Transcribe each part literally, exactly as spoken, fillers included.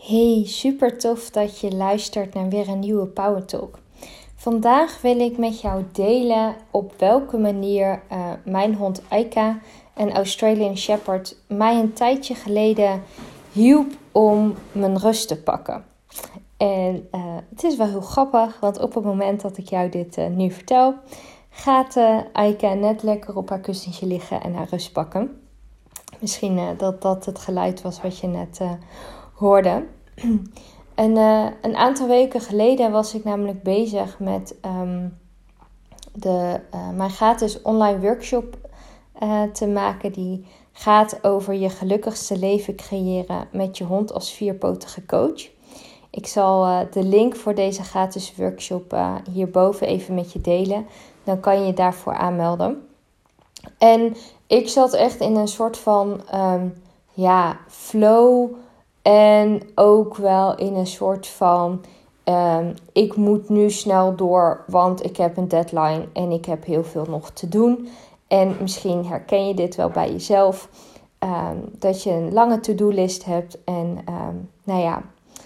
Hey, super tof dat je luistert naar weer een nieuwe Power Talk. Vandaag wil ik met jou delen op welke manier uh, mijn hond Aika, een Australian Shepherd, mij een tijdje geleden hielp om mijn rust te pakken. En uh, het is wel heel grappig, want op het moment dat ik jou dit uh, nu vertel, gaat uh, Aika net lekker op haar kussentje liggen en haar rust pakken. Misschien uh, dat dat het geluid was wat je net uh, hoorde. En, uh, een aantal weken geleden was ik namelijk bezig met um, de, uh, mijn gratis online workshop uh, te maken. Die gaat over je gelukkigste leven creëren met je hond als vierpotige coach. Ik zal uh, de link voor deze gratis workshop uh, hierboven even met je delen. Dan kan je je daarvoor aanmelden. En ik zat echt in een soort van um, ja, flow. En ook wel in een soort van, um, ik moet nu snel door, want ik heb een deadline en ik heb heel veel nog te doen. En misschien herken je dit wel bij jezelf, um, dat je een lange to-do-list hebt en um, nou ja,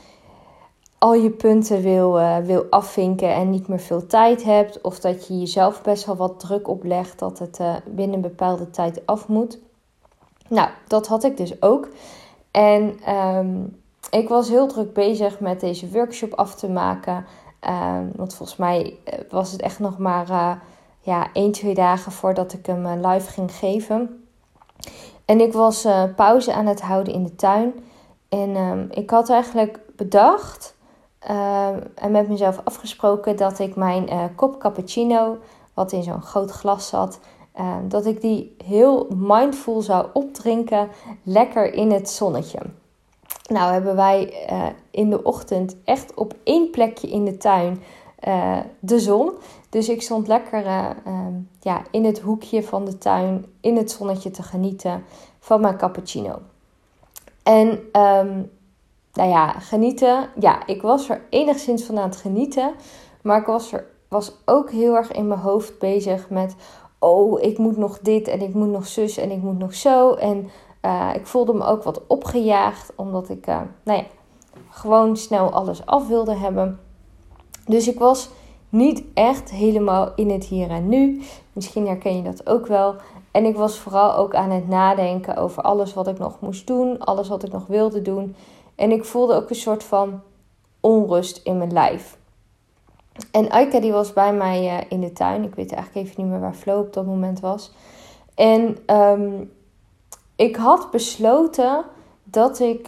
al je punten wil, uh, wil afvinken en niet meer veel tijd hebt. Of dat je jezelf best wel wat druk oplegt dat het uh, binnen een bepaalde tijd af moet. Nou, dat had ik dus ook. En um, ik was heel druk bezig met deze workshop af te maken. Um, want volgens mij was het echt nog maar uh, ja, één, twee dagen voordat ik hem uh, live ging geven. En ik was uh, pauze aan het houden in de tuin. En um, ik had eigenlijk bedacht uh, en met mezelf afgesproken dat ik mijn uh, kop cappuccino, wat in zo'n groot glas zat, Uh, dat ik die heel mindful zou opdrinken, lekker in het zonnetje. Nou hebben wij uh, in de ochtend echt op één plekje in de tuin uh, de zon. Dus ik stond lekker uh, uh, ja, in het hoekje van de tuin, in het zonnetje te genieten van mijn cappuccino. En um, nou ja, genieten. Ja, ik was er enigszins van aan het genieten. Maar ik was, er, was ook heel erg in mijn hoofd bezig met, oh, ik moet nog dit en ik moet nog zus en ik moet nog zo. En uh, ik voelde me ook wat opgejaagd, omdat ik uh, nou ja, gewoon snel alles af wilde hebben. Dus ik was niet echt helemaal in het hier en nu. Misschien herken je dat ook wel. En ik was vooral ook aan het nadenken over alles wat ik nog moest doen. Alles wat ik nog wilde doen. En ik voelde ook een soort van onrust in mijn lijf. En Aika die was bij mij uh, in de tuin. Ik weet eigenlijk even niet meer waar Flo op dat moment was. En um, ik had besloten dat ik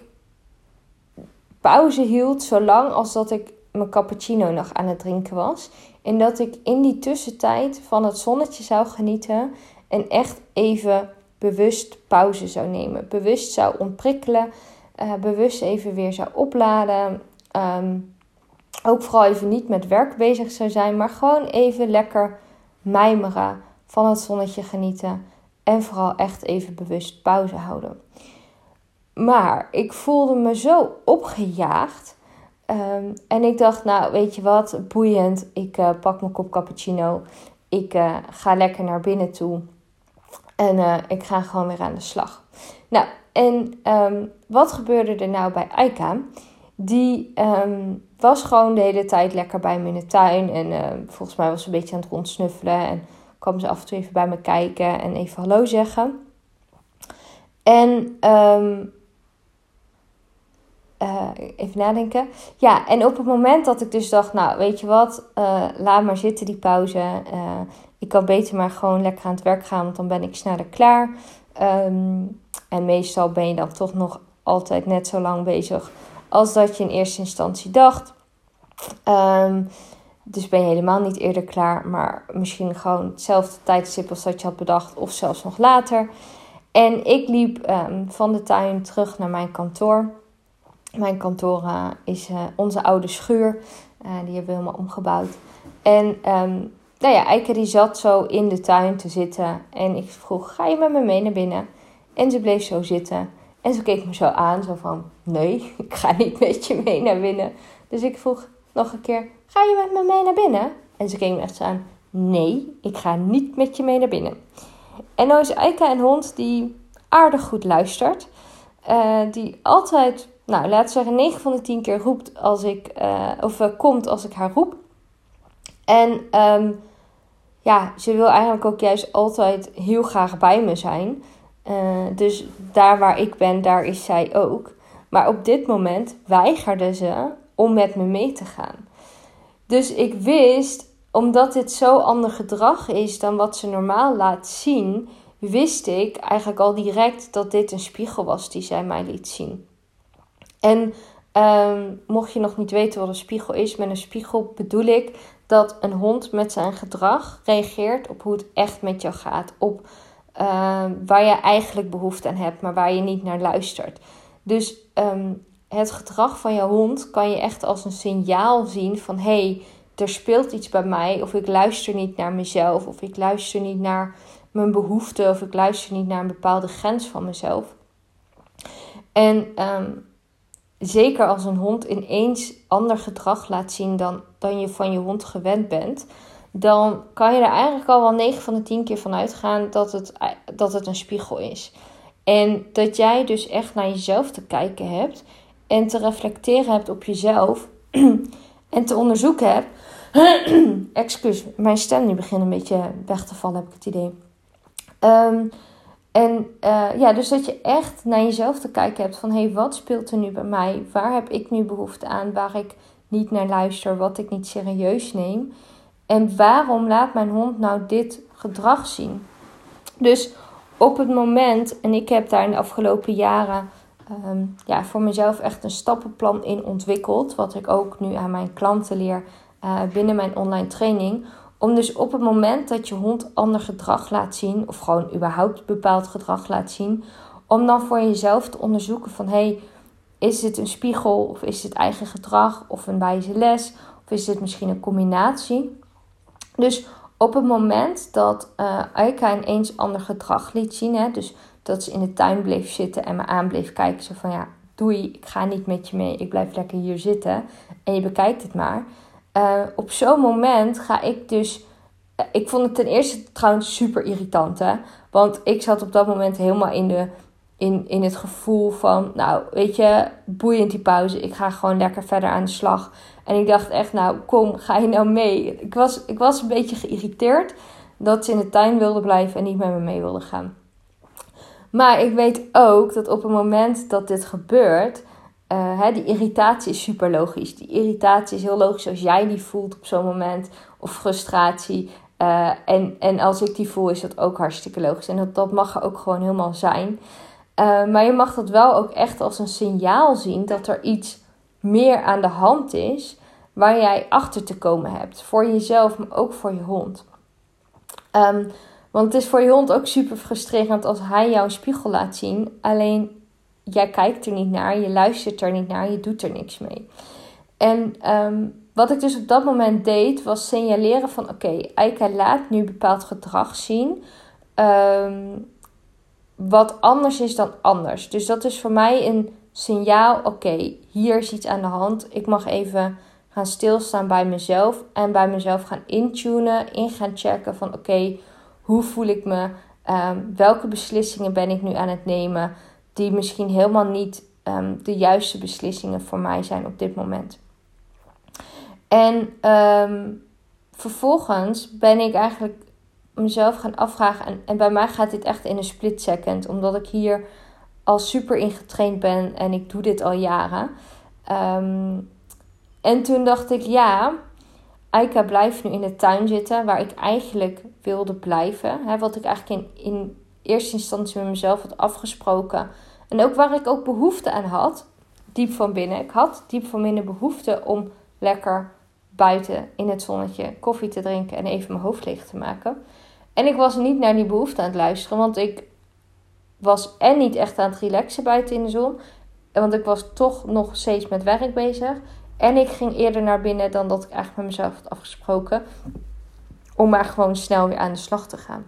pauze hield zolang als dat ik mijn cappuccino nog aan het drinken was. En dat ik in die tussentijd van het zonnetje zou genieten. En echt even bewust pauze zou nemen. Bewust zou ontprikkelen. Uh, bewust even weer zou opladen. Um, Ook vooral even niet met werk bezig zou zijn, maar gewoon even lekker mijmeren, van het zonnetje genieten en vooral echt even bewust pauze houden. Maar ik voelde me zo opgejaagd um, en ik dacht, nou weet je wat, boeiend, ik uh, pak mijn kop cappuccino, ik uh, ga lekker naar binnen toe en uh, ik ga gewoon weer aan de slag. Nou, en um, wat gebeurde er nou bij Aika? Die um, was gewoon de hele tijd lekker bij me in de tuin. En uh, volgens mij was ze een beetje aan het rondsnuffelen. En kwam ze af en toe even bij me kijken en even hallo zeggen. En um, uh, even nadenken. Ja, en op het moment dat ik dus dacht, nou weet je wat, uh, laat maar zitten die pauze. Uh, ik kan beter maar gewoon lekker aan het werk gaan, want dan ben ik sneller klaar. Um, en meestal ben je dan toch nog altijd net zo lang bezig als dat je in eerste instantie dacht. Um, dus ben je helemaal niet eerder klaar. Maar misschien gewoon hetzelfde tijdstip als dat je had bedacht. Of zelfs nog later. En ik liep um, van de tuin terug naar mijn kantoor. Mijn kantoor uh, is uh, onze oude schuur. Uh, die hebben we helemaal omgebouwd. En um, nou ja, Aika die zat zo in de tuin te zitten. En ik vroeg, ga je met me mee naar binnen? En ze bleef zo zitten. En ze keek me zo aan, zo van, nee, ik ga niet met je mee naar binnen. Dus ik vroeg nog een keer, ga je met me mee naar binnen? En ze keek me echt zo aan, nee, ik ga niet met je mee naar binnen. En nou is Aika een hond die aardig goed luistert. Uh, die altijd nou, laten we zeggen negen van de tien keer roept als ik, uh, of uh, komt als ik haar roep. En um, ja, ze wil eigenlijk ook juist altijd heel graag bij me zijn. Uh, dus daar waar ik ben, daar is zij ook. Maar op dit moment weigerde ze om met me mee te gaan. Dus ik wist, omdat dit zo ander gedrag is dan wat ze normaal laat zien, wist ik eigenlijk al direct dat dit een spiegel was die zij mij liet zien. En um, mocht je nog niet weten wat een spiegel is, met een spiegel bedoel ik dat een hond met zijn gedrag reageert op hoe het echt met jou gaat. Op uh, waar je eigenlijk behoefte aan hebt, maar waar je niet naar luistert. Dus um, het gedrag van jouw hond kan je echt als een signaal zien van hé, hey, er speelt iets bij mij, of ik luister niet naar mezelf, of ik luister niet naar mijn behoeften, of ik luister niet naar een bepaalde grens van mezelf. En um, zeker als een hond ineens ander gedrag laat zien dan, dan je van je hond gewend bent, dan kan je er eigenlijk al wel negen van de tien keer van uitgaan dat het, dat het een spiegel is. En dat jij dus echt naar jezelf te kijken hebt en te reflecteren hebt op jezelf en te onderzoeken hebt. Excuus, mijn stem nu begint een beetje weg te vallen, heb ik het idee. Um, en uh, ja, dus dat je echt naar jezelf te kijken hebt van hé, hey, wat speelt er nu bij mij? Waar heb ik nu behoefte aan? Waar ik niet naar luister, wat ik niet serieus neem? En waarom laat mijn hond nou dit gedrag zien? Dus op het moment, en ik heb daar in de afgelopen jaren um, ja, voor mezelf echt een stappenplan in ontwikkeld, wat ik ook nu aan mijn klanten leer uh, binnen mijn online training. Om dus op het moment dat je hond ander gedrag laat zien, of gewoon überhaupt bepaald gedrag laat zien, om dan voor jezelf te onderzoeken van hé, hey, is dit een spiegel of is dit eigen gedrag of een wijze les of is dit misschien een combinatie? Dus op het moment dat uh, Aika ineens ander gedrag liet zien, hè, dus dat ze in de tuin bleef zitten en me aan bleef kijken, zo van ja, doei, ik ga niet met je mee, ik blijf lekker hier zitten en je bekijkt het maar. Uh, op zo'n moment ga ik dus... Uh, ik vond het ten eerste trouwens super irritant, hè. Want ik zat op dat moment helemaal in, de, in, in het gevoel van... Nou, weet je, boeiend die pauze. Ik ga gewoon lekker verder aan de slag. En ik dacht echt, nou, kom, ga je nou mee? Ik was, ik was een beetje geïrriteerd dat ze in de tuin wilde blijven en niet met me mee wilde gaan. Maar ik weet ook dat op het moment dat dit gebeurt... Uh, hè, die irritatie is super logisch. Die irritatie is heel logisch als jij die voelt op zo'n moment. Of frustratie. Uh, en, en als ik die voel is dat ook hartstikke logisch. En dat, dat mag er ook gewoon helemaal zijn. Uh, maar je mag dat wel ook echt als een signaal zien. Dat er iets meer aan de hand is. Waar jij achter te komen hebt. Voor jezelf, maar ook voor je hond. Um, want het is voor je hond ook super frustrerend als hij jou een spiegel laat zien. Alleen... jij kijkt er niet naar, je luistert er niet naar, je doet er niks mee. En um, wat ik dus op dat moment deed, was signaleren van... oké, okay, Aika laat nu bepaald gedrag zien... Um, wat anders is dan anders. Dus dat is voor mij een signaal... oké, okay, hier is iets aan de hand. Ik mag even gaan stilstaan bij mezelf... en bij mezelf gaan intunen, in gaan checken van... oké, okay, hoe voel ik me? Um, welke beslissingen ben ik nu aan het nemen... die misschien helemaal niet um, de juiste beslissingen voor mij zijn op dit moment. En um, vervolgens ben ik eigenlijk mezelf gaan afvragen. En, en bij mij gaat dit echt in een split second. Omdat ik hier al super in getraind ben. En ik doe dit al jaren. Um, en toen dacht ik, ja, Aika blijft nu in de tuin zitten. Waar ik eigenlijk wilde blijven. Hè, wat ik eigenlijk in, in eerste instantie met mezelf had afgesproken. En ook waar ik ook behoefte aan had, diep van binnen. Ik had diep van binnen behoefte om lekker buiten in het zonnetje koffie te drinken en even mijn hoofd leeg te maken. En ik was niet naar die behoefte aan het luisteren, want ik was en niet echt aan het relaxen buiten in de zon. Want ik was toch nog steeds met werk bezig. En ik ging eerder naar binnen dan dat ik eigenlijk met mezelf had afgesproken. Om maar gewoon snel weer aan de slag te gaan.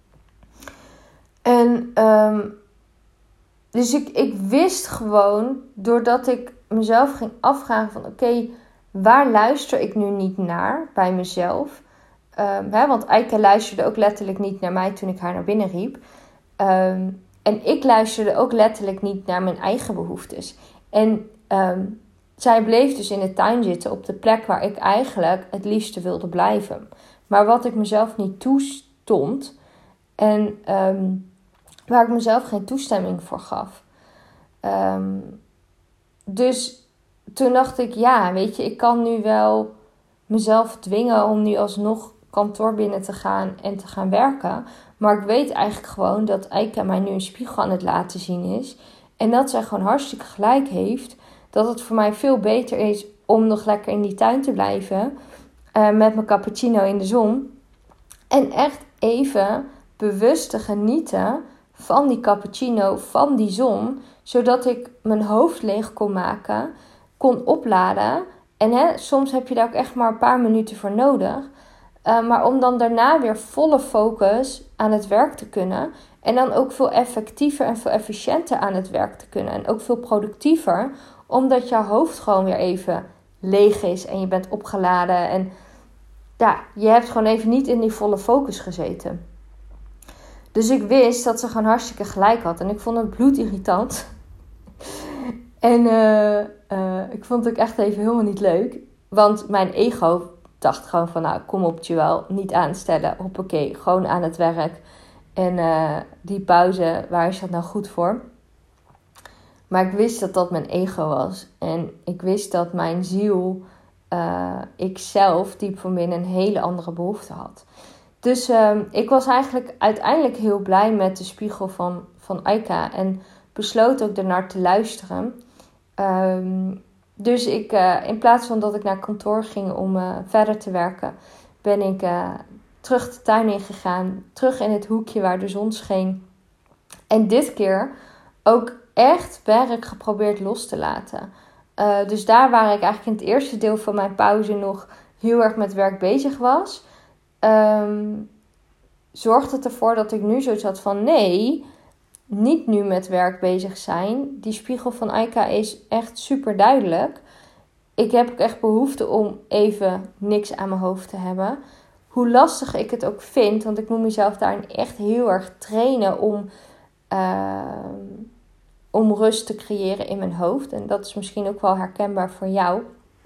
En... Um, Dus ik, ik wist gewoon, doordat ik mezelf ging afvragen van... oké, okay, waar luister ik nu niet naar bij mezelf? Um, hè, want Aika luisterde ook letterlijk niet naar mij toen ik haar naar binnen riep. Um, en ik luisterde ook letterlijk niet naar mijn eigen behoeftes. En um, zij bleef dus in de tuin zitten op de plek waar ik eigenlijk het liefste wilde blijven. Maar wat ik mezelf niet toestond en um, waar ik mezelf geen toestemming voor gaf. Um, dus toen dacht ik, ja, weet je, ik kan nu wel mezelf dwingen om nu alsnog kantoor binnen te gaan en te gaan werken. Maar ik weet eigenlijk gewoon dat Eike mij nu een spiegel aan het laten zien is. En dat zij gewoon hartstikke gelijk heeft. Dat het voor mij veel beter is om nog lekker in die tuin te blijven. Uh, met mijn cappuccino in de zon. En echt even bewust te genieten van die cappuccino, van die zon. Zodat ik mijn hoofd leeg kon maken, kon opladen. En hè, soms heb je daar ook echt maar een paar minuten voor nodig. Uh, maar om dan daarna weer volle focus aan het werk te kunnen. En dan ook veel effectiever en veel efficiënter aan het werk te kunnen. En ook veel productiever. Omdat jouw hoofd gewoon weer even leeg is. En je bent opgeladen. En ja, je hebt gewoon even niet in die volle focus gezeten. Dus ik wist dat ze gewoon hartstikke gelijk had. En ik vond het bloedirritant. En uh, uh, ik vond het ook echt even helemaal niet leuk. Want mijn ego dacht gewoon van, nou, kom op Joël, niet aanstellen. Hoppakee, gewoon aan het werk. En uh, die pauze, waar is dat nou goed voor? Maar ik wist dat dat mijn ego was. En ik wist dat mijn ziel, uh, ikzelf, diep van binnen een hele andere behoefte had. Dus uh, ik was eigenlijk uiteindelijk heel blij met de spiegel van, van Eike. En besloot ook ernaar te luisteren. Um, dus ik, uh, in plaats van dat ik naar kantoor ging om uh, verder te werken, ben ik uh, terug de tuin ingegaan. Terug in het hoekje waar de zon scheen. En dit keer ook echt werk geprobeerd los te laten. Uh, dus daar waar ik eigenlijk in het eerste deel van mijn pauze nog heel erg met werk bezig was, Um, zorgt het ervoor dat ik nu zoiets had van nee, niet nu met werk bezig zijn. Die spiegel van Eike is echt super duidelijk. Ik heb ook echt behoefte om even niks aan mijn hoofd te hebben. Hoe lastig ik het ook vind, want ik moet mezelf daarin echt heel erg trainen om, uh, om rust te creëren in mijn hoofd. En dat is misschien ook wel herkenbaar voor jou.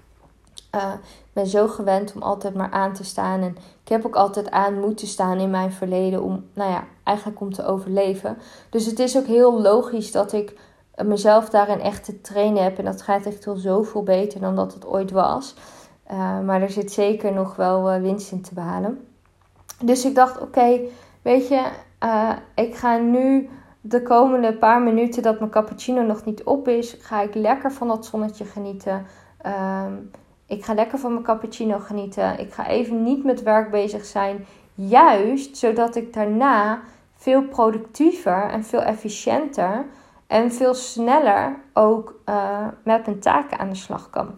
Uh, ik ben zo gewend om altijd maar aan te staan. En ik heb ook altijd aan moeten staan in mijn verleden. Om, nou ja, eigenlijk om te overleven. Dus het is ook heel logisch dat ik mezelf daarin echt te trainen heb. En dat gaat echt wel zoveel beter dan dat het ooit was. Uh, maar er zit zeker nog wel uh, winst in te behalen. Dus ik dacht, oké, okay, weet je, uh, ik ga nu de komende paar minuten dat mijn cappuccino nog niet op is, ga ik lekker van dat zonnetje genieten. Um, Ik ga lekker van mijn cappuccino genieten. Ik ga even niet met werk bezig zijn. Juist zodat ik daarna veel productiever en veel efficiënter en veel sneller ook uh, met mijn taken aan de slag kan.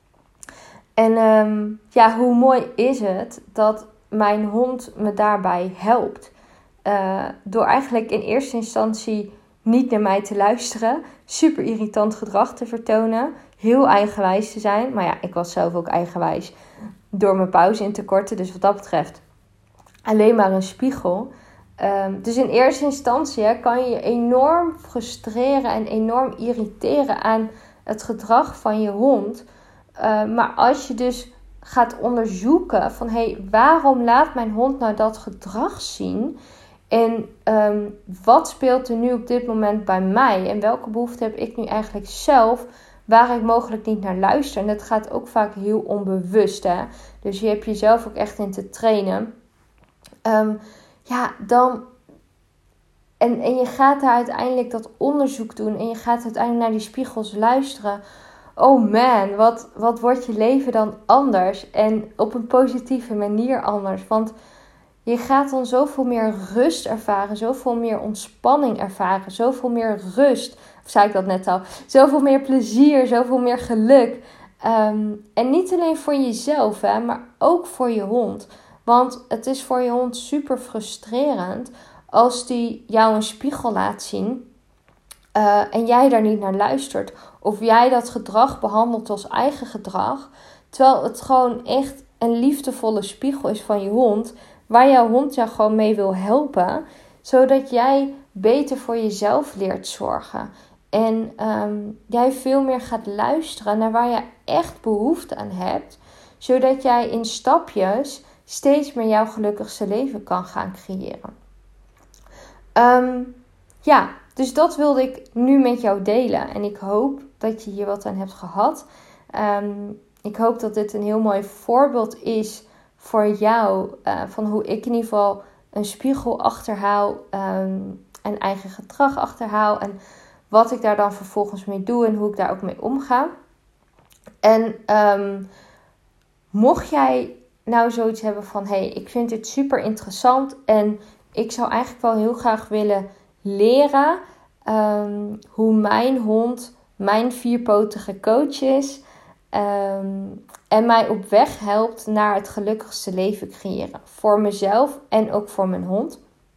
En um, ja, hoe mooi is het dat mijn hond me daarbij helpt. Uh, door eigenlijk in eerste instantie niet naar mij te luisteren. Super irritant gedrag te vertonen. Heel eigenwijs te zijn. Maar ja, ik was zelf ook eigenwijs door mijn pauze in te korten. Dus wat dat betreft alleen maar een spiegel. Um, dus in eerste instantie hè, kan je je enorm frustreren en enorm irriteren aan het gedrag van je hond. Uh, maar als je dus gaat onderzoeken van hé, hey, waarom laat mijn hond nou dat gedrag zien? En um, wat speelt er nu op dit moment bij mij? En welke behoefte heb ik nu eigenlijk zelf waar ik mogelijk niet naar luister? En dat gaat ook vaak heel onbewust. Hè? Dus je hebt jezelf ook echt in te trainen. Um, ja, dan... En, en je gaat daar uiteindelijk dat onderzoek doen. En je gaat uiteindelijk naar die spiegels luisteren. Oh man, wat, wat wordt je leven dan anders? En op een positieve manier anders. Want je gaat dan zoveel meer rust ervaren. Zoveel meer ontspanning ervaren. Zoveel meer rust. Of zei ik dat net al? Zoveel meer plezier. Zoveel meer geluk. Um, en niet alleen voor jezelf, hè, maar ook voor je hond. Want het is voor je hond super frustrerend als die jou een spiegel laat zien uh, en jij daar niet naar luistert. Of jij dat gedrag behandelt als eigen gedrag. Terwijl het gewoon echt een liefdevolle spiegel is van je hond. Waar jouw hond jou gewoon mee wil helpen. Zodat jij beter voor jezelf leert zorgen. En um, jij veel meer gaat luisteren naar waar je echt behoefte aan hebt. Zodat jij in stapjes steeds meer jouw gelukkigste leven kan gaan creëren. Um, ja, dus dat wilde ik nu met jou delen. En ik hoop dat je hier wat aan hebt gehad. Um, ik hoop dat dit een heel mooi voorbeeld is voor jou. Uh, van hoe ik in ieder geval een spiegel achterhaal. Um, en eigen gedrag achterhaal. En wat ik daar dan vervolgens mee doe. En hoe ik daar ook mee omga. En um, mocht jij nou zoiets hebben van... Hey, ik vind dit super interessant. En ik zou eigenlijk wel heel graag willen leren... Um, hoe mijn hond mijn vierpotige coach is. Um, en mij op weg helpt naar het gelukkigste leven creëren. Voor mezelf en ook voor mijn hond.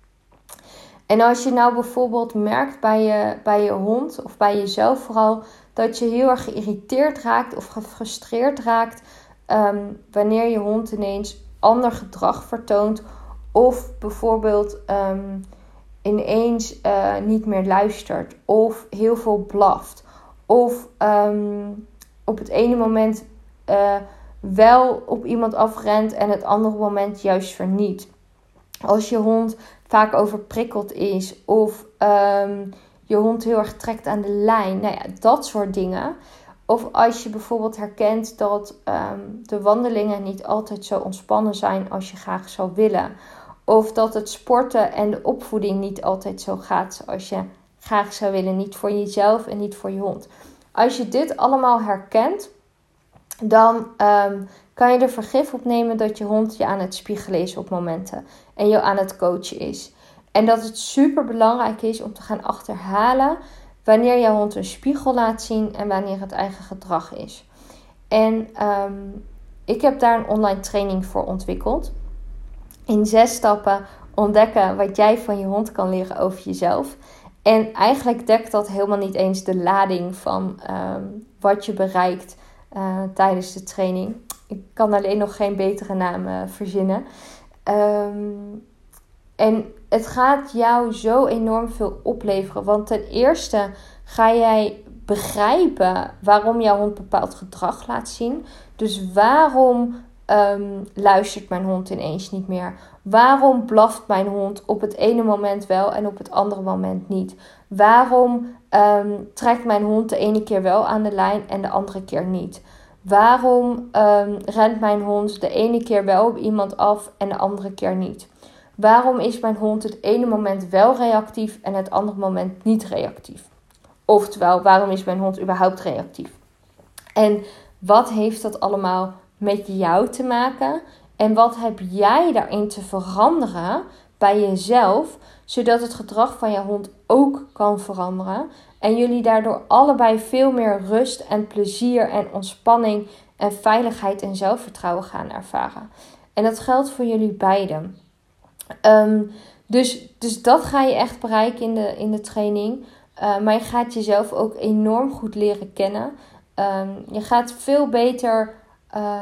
En als je nou bijvoorbeeld merkt bij je, bij je hond of bij jezelf vooral... dat je heel erg geïrriteerd raakt of gefrustreerd raakt... Um, wanneer je hond ineens ander gedrag vertoont... of bijvoorbeeld um, ineens uh, niet meer luistert of heel veel blaft... of um, op het ene moment uh, wel op iemand afrent en het andere moment juist verniet. Als je hond vaak overprikkeld is of um, je hond heel erg trekt aan de lijn. Nou ja, dat soort dingen. Of als je bijvoorbeeld herkent dat um, de wandelingen niet altijd zo ontspannen zijn als je graag zou willen. Of dat het sporten en de opvoeding niet altijd zo gaat zoals je graag zou willen. Niet voor jezelf en niet voor je hond. Als je dit allemaal herkent, dan um, kan je er vergif op nemen dat je hond je aan het spiegelen is op momenten. En je aan het coachen is. En dat het super belangrijk is om te gaan achterhalen wanneer je hond een spiegel laat zien en wanneer het eigen gedrag is. En um, ik heb daar een online training voor ontwikkeld. In zes stappen ontdekken wat jij van je hond kan leren over jezelf. En eigenlijk dekt dat helemaal niet eens de lading van um, wat je bereikt uh, tijdens de training. Ik kan alleen nog geen betere naam uh, verzinnen. Um, en het gaat jou zo enorm veel opleveren. Want ten eerste ga jij begrijpen waarom jouw hond bepaald gedrag laat zien. Dus waarom um, luistert mijn hond ineens niet meer? Waarom blaft mijn hond op het ene moment wel en op het andere moment niet? Waarom um, trekt mijn hond de ene keer wel aan de lijn en de andere keer niet? Waarom um, rent mijn hond de ene keer wel op iemand af en de andere keer niet? Waarom is mijn hond het ene moment wel reactief en het andere moment niet reactief? Oftewel, waarom is mijn hond überhaupt reactief? En wat heeft dat allemaal met jou te maken? En wat heb jij daarin te veranderen bij jezelf, zodat het gedrag van je hond ook kan veranderen? En jullie daardoor allebei veel meer rust en plezier en ontspanning en veiligheid en zelfvertrouwen gaan ervaren. En dat geldt voor jullie beiden. Um, dus, dus dat ga je echt bereiken in de, in de training. Uh, maar je gaat jezelf ook enorm goed leren kennen. Um, je gaat veel beter uh,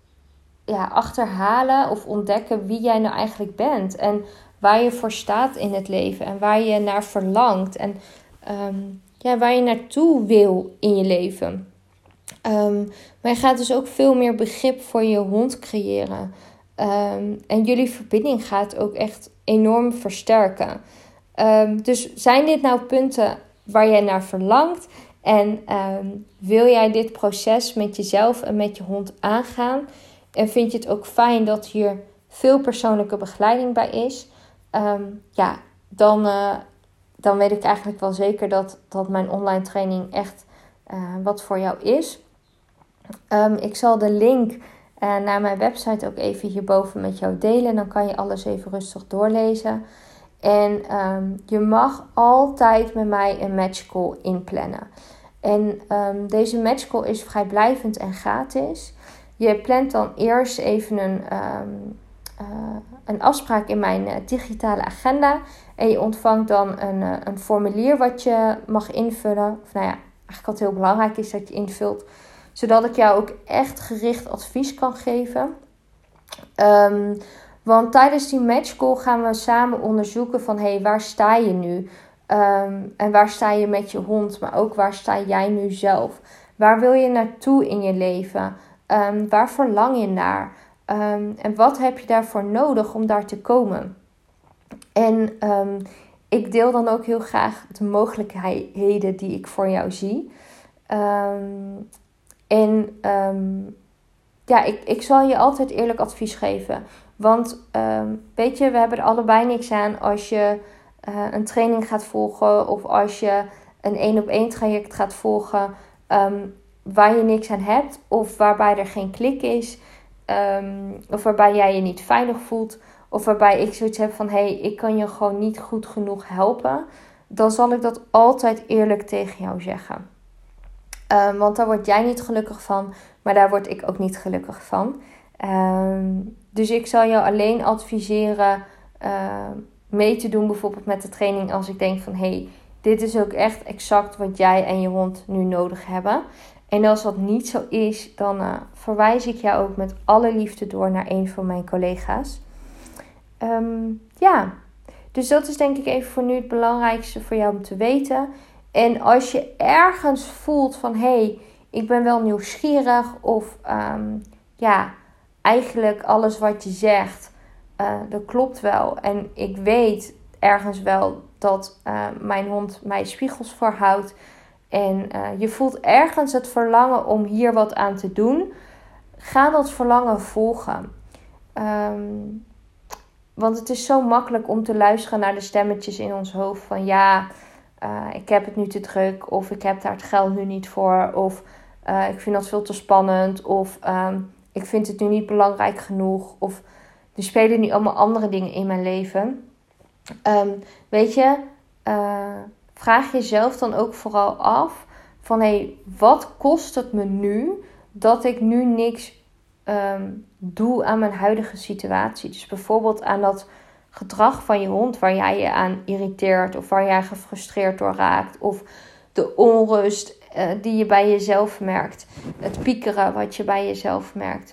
ja, achterhalen of ontdekken wie jij nou eigenlijk bent. En waar je voor staat in het leven. En waar je naar verlangt. En um, ja, waar je naartoe wil in je leven. Um, maar je gaat dus ook veel meer begrip voor je hond creëren. Um, en jullie verbinding gaat ook echt enorm versterken. Um, dus zijn dit nou punten waar jij naar verlangt? En um, wil jij dit proces met jezelf en met je hond aangaan? En vind je het ook fijn dat hier veel persoonlijke begeleiding bij is? Um, ja, dan, uh, dan weet ik eigenlijk wel zeker dat, dat mijn online training echt uh, wat voor jou is. Um, ik zal de link uh, naar mijn website ook even hierboven met jou delen. Dan kan je alles even rustig doorlezen. En um, je mag altijd met mij een matchcall inplannen. En um, deze matchcall is vrijblijvend en gratis. Je plant dan eerst even een, um, uh, een afspraak in mijn uh, digitale agenda. En je ontvangt dan een, uh, een formulier wat je mag invullen. Of nou ja, eigenlijk wat heel belangrijk is dat je invult. Zodat ik jou ook echt gericht advies kan geven. Um, want tijdens die matchcall gaan we samen onderzoeken van... hé, hey, waar sta je nu? Um, en waar sta je met je hond, maar ook waar sta jij nu zelf? Waar wil je naartoe in je leven? Um, waar verlang je naar? Um, en wat heb je daarvoor nodig om daar te komen? En um, ik deel dan ook heel graag de mogelijkheden die ik voor jou zie. Um, en um, ja, ik, ik zal je altijd eerlijk advies geven. Want um, weet je, we hebben er allebei niks aan als je uh, een training gaat volgen. Of als je een één op één traject gaat volgen. Um, waar je niks aan hebt. Of waarbij er geen klik is. Um, of waarbij jij je niet veilig voelt. Of waarbij ik zoiets heb van, hé, hey, ik kan je gewoon niet goed genoeg helpen. Dan zal ik dat altijd eerlijk tegen jou zeggen. Um, want daar word jij niet gelukkig van. Maar daar word ik ook niet gelukkig van. Um, dus ik zal jou alleen adviseren uh, mee te doen. Bijvoorbeeld met de training als ik denk van, hé, hey, dit is ook echt exact wat jij en je hond nu nodig hebben. En als dat niet zo is, dan uh, verwijs ik jou ook met alle liefde door naar een van mijn collega's. Um, ja, dus dat is denk ik even voor nu het belangrijkste voor jou om te weten. En als je ergens voelt van, hé, hey, ik ben wel nieuwsgierig of um, ja, eigenlijk alles wat je zegt, uh, dat klopt wel. En ik weet ergens wel dat uh, mijn hond mij spiegels voorhoudt. En uh, je voelt ergens het verlangen om hier wat aan te doen. Ga dat verlangen volgen. Um, want het is zo makkelijk om te luisteren naar de stemmetjes in ons hoofd. Van ja, uh, ik heb het nu te druk. Of ik heb daar het geld nu niet voor. Of uh, ik vind dat veel te spannend. Of um, ik vind het nu niet belangrijk genoeg. Of er spelen nu allemaal andere dingen in mijn leven. Um, weet je, uh, vraag jezelf dan ook vooral af. Van hé, hey, wat kost het me nu dat ik nu niks um, doe aan mijn huidige situatie? Dus bijvoorbeeld aan dat gedrag van je hond waar jij je aan irriteert. Of waar jij gefrustreerd door raakt. Of de onrust uh, die je bij jezelf merkt. Het piekeren wat je bij jezelf merkt.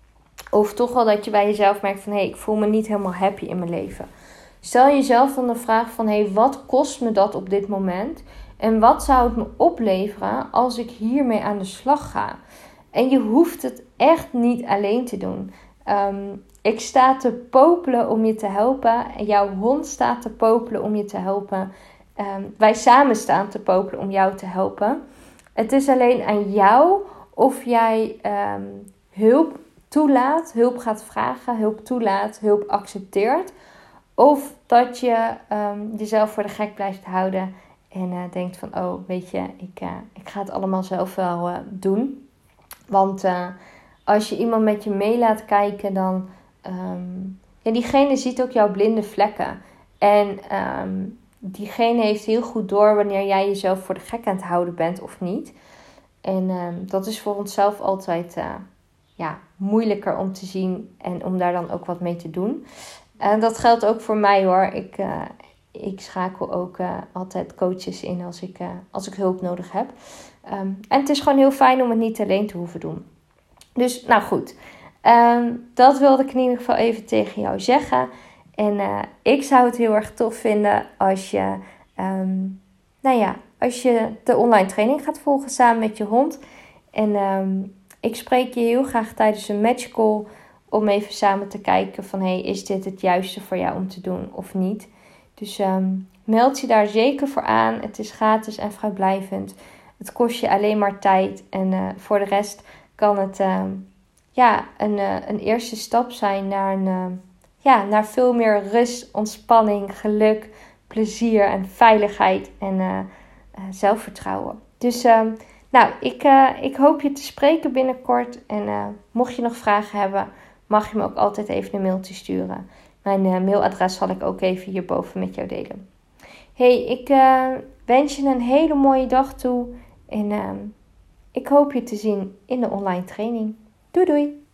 Of toch wel dat je bij jezelf merkt van hé, hey, ik voel me niet helemaal happy in mijn leven. Stel jezelf dan de vraag van hé, hey, wat kost me dat op dit moment? En wat zou het me opleveren als ik hiermee aan de slag ga? En je hoeft het echt niet alleen te doen. Um, ik sta te popelen om je te helpen. En jouw hond staat te popelen om je te helpen. Um, wij samen staan te popelen om jou te helpen. Het is alleen aan jou of jij um, hulp toelaat, hulp gaat vragen, hulp toelaat, hulp accepteert. Of dat je um, jezelf voor de gek blijft houden en uh, denkt van, oh, weet je, ik, uh, ik ga het allemaal zelf wel uh, doen. Want uh, als je iemand met je mee laat kijken, dan, um, ja, diegene ziet ook jouw blinde vlekken. En um, diegene heeft heel goed door wanneer jij jezelf voor de gek aan het houden bent of niet. En um, dat is voor onszelf altijd uh, ja, moeilijker om te zien en om daar dan ook wat mee te doen. En dat geldt ook voor mij hoor. Ik, uh, ik schakel ook uh, altijd coaches in als ik, uh, als ik hulp nodig heb. Um, en het is gewoon heel fijn om het niet alleen te hoeven doen. Dus nou goed. Um, dat wilde ik in ieder geval even tegen jou zeggen. En uh, ik zou het heel erg tof vinden als je, um, nou ja, als je de online training gaat volgen samen met je hond. En um, ik spreek je heel graag tijdens een matchcall om even samen te kijken van, hey, is dit het juiste voor jou om te doen of niet? Dus um, meld je daar zeker voor aan. Het is gratis en vrijblijvend. Het kost je alleen maar tijd. En uh, voor de rest kan het uh, ja, een, uh, een eerste stap zijn naar, een, uh, ja, naar veel meer rust, ontspanning, geluk, plezier en veiligheid en uh, uh, zelfvertrouwen. Dus uh, nou, ik, uh, ik hoop je te spreken binnenkort. En uh, mocht je nog vragen hebben, mag je me ook altijd even een mailtje sturen. Mijn uh, mailadres zal ik ook even hierboven met jou delen. Hey, ik uh, wens je een hele mooie dag toe. En uh, ik hoop je te zien in de online training. Doei doei!